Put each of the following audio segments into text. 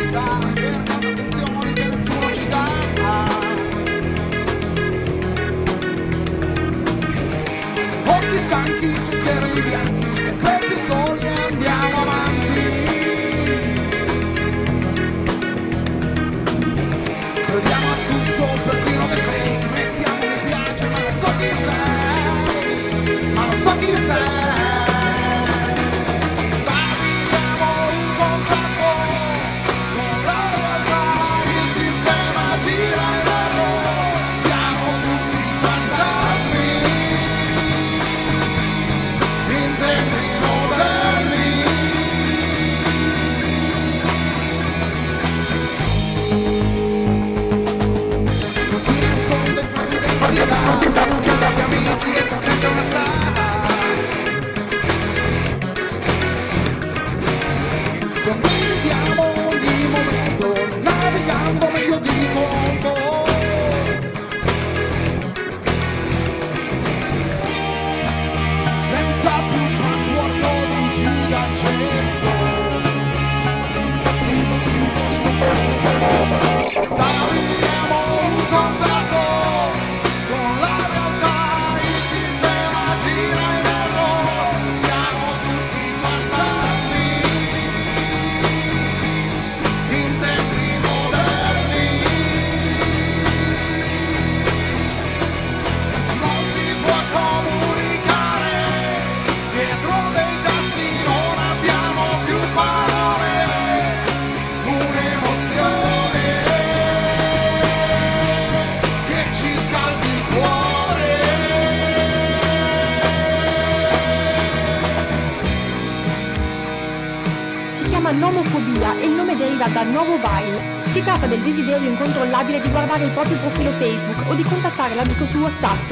Nomofobia e il nome deriva da Novobile. Si tratta del desiderio incontrollabile di guardare il proprio profilo Facebook o di contattare l'amico su WhatsApp.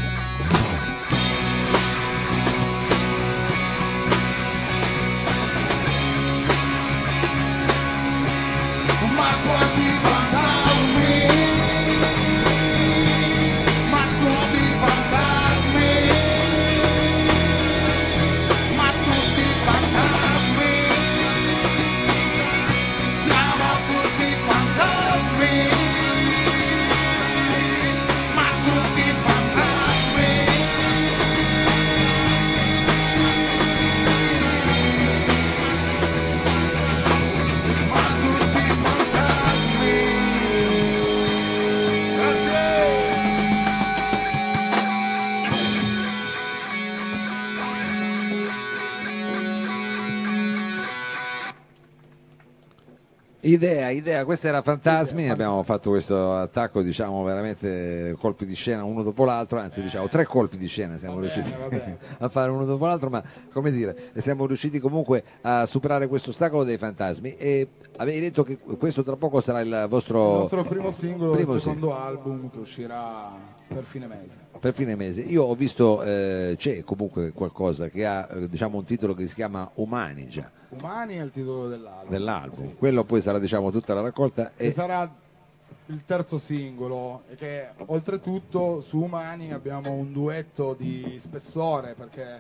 Idea, questa era Fantasmi, abbiamo fatto questo attacco, diciamo veramente colpi di scena uno dopo l'altro, anzi diciamo 3 colpi di scena siamo riusciti a fare uno dopo l'altro, ma come dire, siamo riusciti comunque a superare questo ostacolo dei Fantasmi. E avevi detto che questo tra poco sarà il vostro primo singolo del secondo album che uscirà per fine mese. Per fine mese. Io ho visto c'è comunque qualcosa che ha diciamo un titolo che si chiama Umani già. Umani è il titolo dell'album. Sì. Quello poi sarà diciamo tutta la raccolta e sarà il terzo singolo, e che oltretutto su Umani abbiamo un duetto di spessore, perché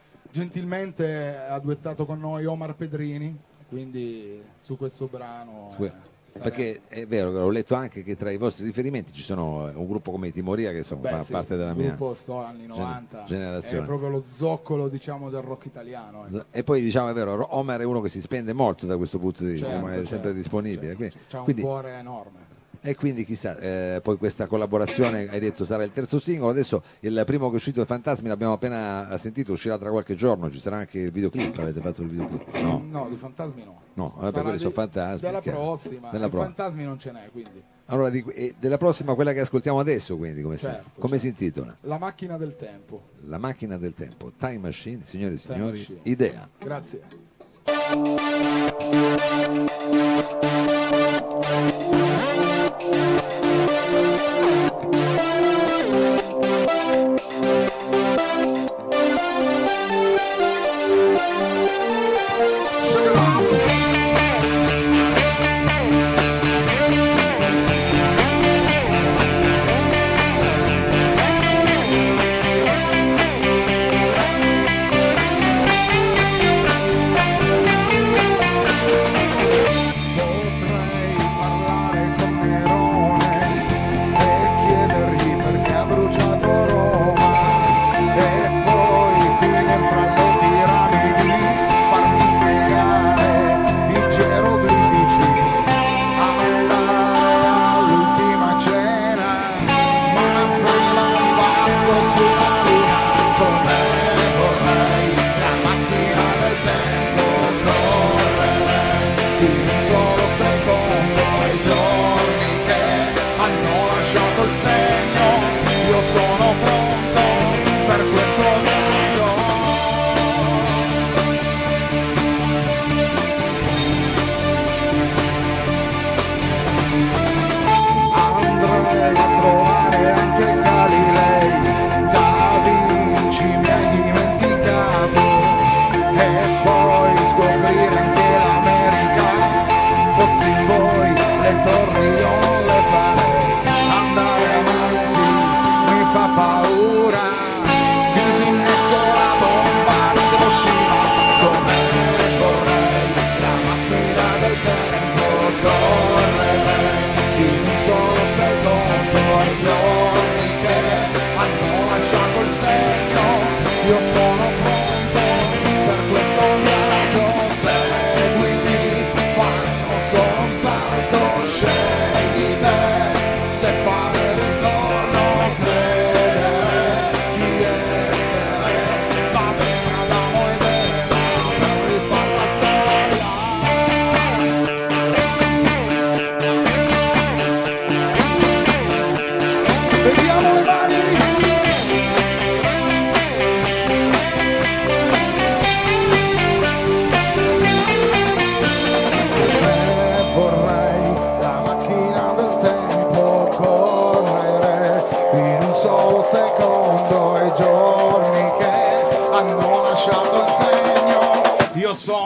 gentilmente ha duettato con noi Omar Pedrini, quindi su questo brano perché è vero, ho letto anche che tra i vostri riferimenti ci sono un gruppo come i Timoria che fa parte della mia anni 90 generazione, è proprio lo zoccolo diciamo del rock italiano, e poi diciamo è vero, Omar è uno che si spende molto da questo punto di vista, è sempre disponibile, c'ha un cuore enorme. E quindi chissà, poi questa collaborazione, hai detto, sarà il terzo singolo. Adesso il primo che è uscito, Fantasmi, l'abbiamo appena sentito, uscirà tra qualche giorno, ci sarà anche il videoclip. Avete fatto il videoclip? No, di Fantasmi no. Vabbè, quelli sono Fantasmi. Della prossima, Fantasmi non ce n'è, quindi. Allora, della prossima, quella che ascoltiamo adesso, quindi, come si intitola? La macchina del tempo. La macchina del tempo, Time Machine, signore e signori, Idea. Grazie.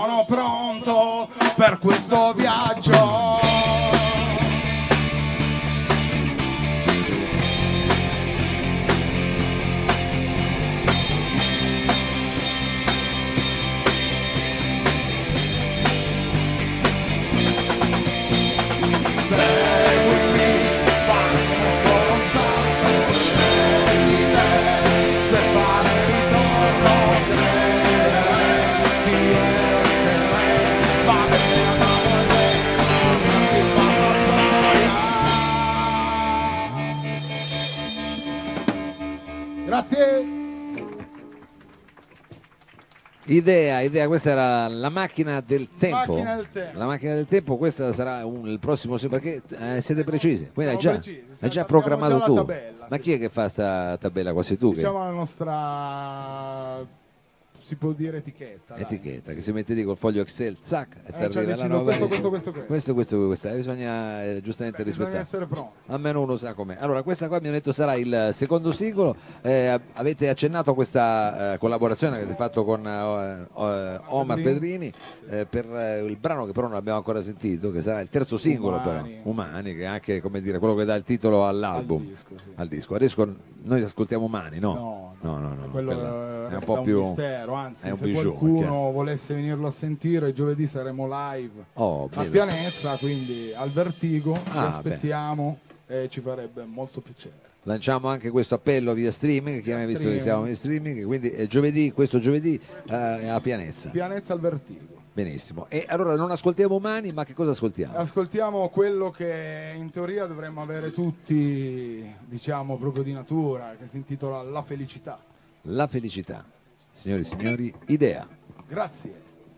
sono pronto per questo viaggio. Grazie. Idea, questa era la macchina del tempo. Macchina del tempo. La macchina del tempo, questa sarà il prossimo, perché siete precisi, quindi Siamo hai già precisi, programmato abbiamo già tu. la tabella, Ma sì. chi è che fa sta tabella? Quasi tu? Diciamo la nostra, si può dire etichetta. dai. Etichetta che si mette lì col foglio Excel, zac, e ti ci ha arriva la deciso nuova. questo. Bisogna giustamente Bisogna rispettare. essere pronti. Almeno uno sa com'è. Allora, questa qua mi hanno detto sarà il secondo singolo. Avete accennato a questa collaborazione che avete fatto con Omar Pedrini per il brano che però non abbiamo ancora sentito, che sarà il terzo singolo, Umani, che è anche, come dire, quello che dà il titolo all'album, al disco. Adesso noi ascoltiamo Umani, no? No. Quello è un resta po' più mistero, anzi, è un se bijou, qualcuno chiaro. volesse venirlo a sentire, giovedì saremo live a bene. Pianezza, quindi al Vertigo, vi Ah, aspettiamo e ci farebbe molto piacere. Lanciamo anche questo appello via streaming, che abbiamo visto che siamo in streaming, quindi questo giovedì a Pianezza. Pianezza al Vertigo. Benissimo. E allora non ascoltiamo Umani, ma che cosa ascoltiamo? Ascoltiamo quello che in teoria dovremmo avere tutti, diciamo proprio di natura, che si intitola La felicità. La felicità. Signori e signori, Idea. Grazie.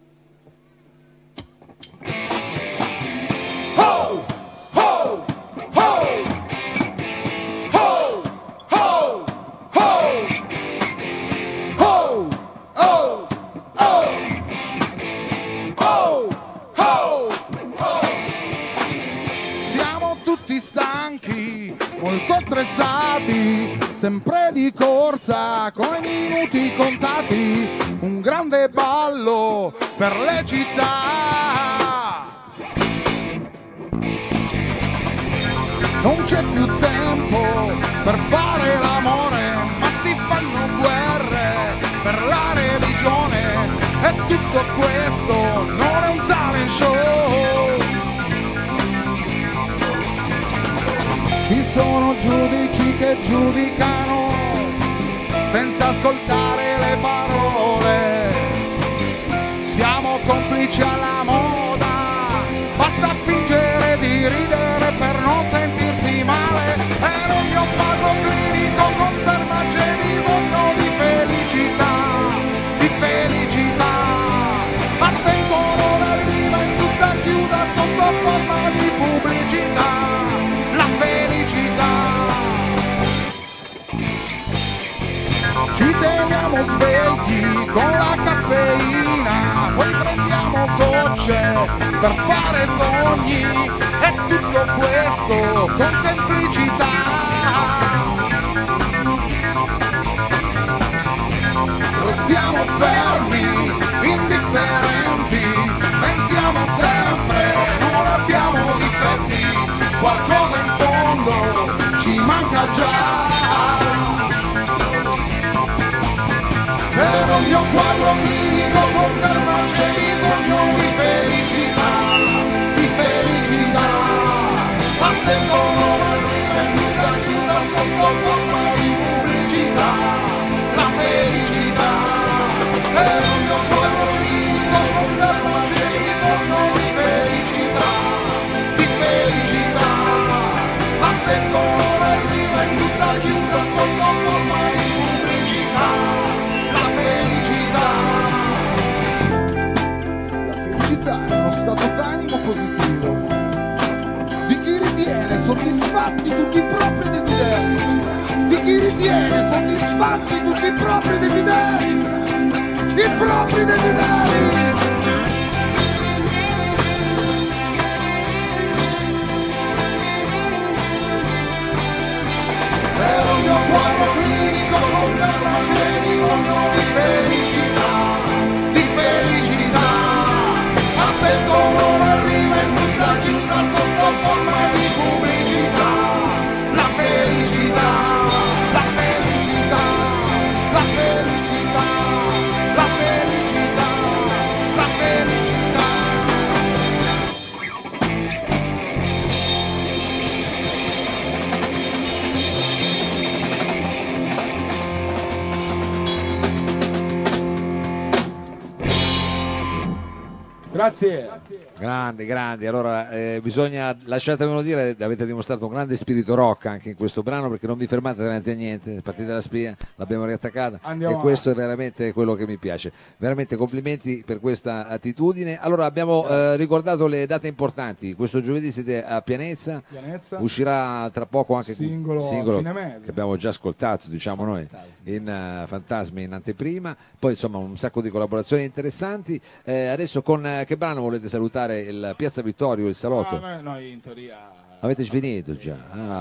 Siamo tutti stanchi, molto stressati, sempre di corsa, con i minuti contati, un grande ballo per le città. Non c'è più tempo per fare l'amore, ma si fanno guerre per la religione, e tutto questo non è un talent show. Ci sono giudici che giudicano senza ascoltare le parole. Siamo complici alla moda, basta fingere di ridere per non sentirsi male. E non mio padre clinico conferma genuino di felicità, di felicità. Attengono la rima in tutta chiusa sotto forma di pubblicità. La felicità. Ci teniamo svegli con la caffeina, poi prendiamo gocce per fare sogni, e tutto questo con semplicità. Restiamo fermi, indifferenti, pensiamo sempre, non abbiamo difetti, qualcosa in fondo ci manca già. Per ogni quadro clinico conferma c'è bisogno di felicità, di felicità. Attendono la rivenuta chiusa sotto forma di pubblicità, la felicità. Per ogni quadro clinico conferma c'è bisogno di felicità, di felicità. Attendono la rivenuta chiusa sotto forma di pubblicità. La felicità è uno stato d'animo positivo di chi ritiene soddisfatti tutti i propri desideri, di chi ritiene soddisfatti tutti i propri desideri, i propri desideri. Per un mio quadro clinico conferma che bisogno di felicità, di felicità. Grazie. Grandi, grandi. Allora, bisogna, lasciatemelo dire, avete dimostrato un grande spirito rock anche in questo brano, perché non vi fermate davanti a niente, partita della spia, l'abbiamo riattaccata Andiamo e questo è veramente quello che mi piace. Veramente complimenti per questa attitudine. Allora, abbiamo ricordato le date importanti. Questo giovedì siete a Pianezza, uscirà tra poco anche singolo singolo fine mese, che abbiamo già ascoltato, diciamo noi, in Fantasmi in anteprima, poi insomma un sacco di collaborazioni interessanti. Adesso con che brano volete salutare il Piazza Vittorio, il salotto? Noi in teoria Avete finito già?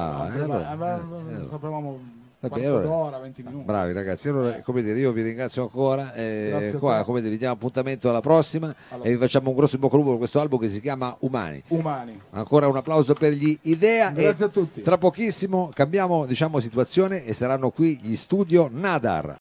sapevamo Vabbè, quarto d'ora, 20 minuti. Bravi ragazzi, allora come dire, io vi ringrazio ancora, qua te. come dire, vi diamo appuntamento alla prossima e vi facciamo un grosso in bocca al lupo per questo album che si chiama Umani. Ancora un applauso per gli Idea. Grazie a tutti. Tra pochissimo cambiamo, diciamo, situazione e saranno qui gli studio Nadar.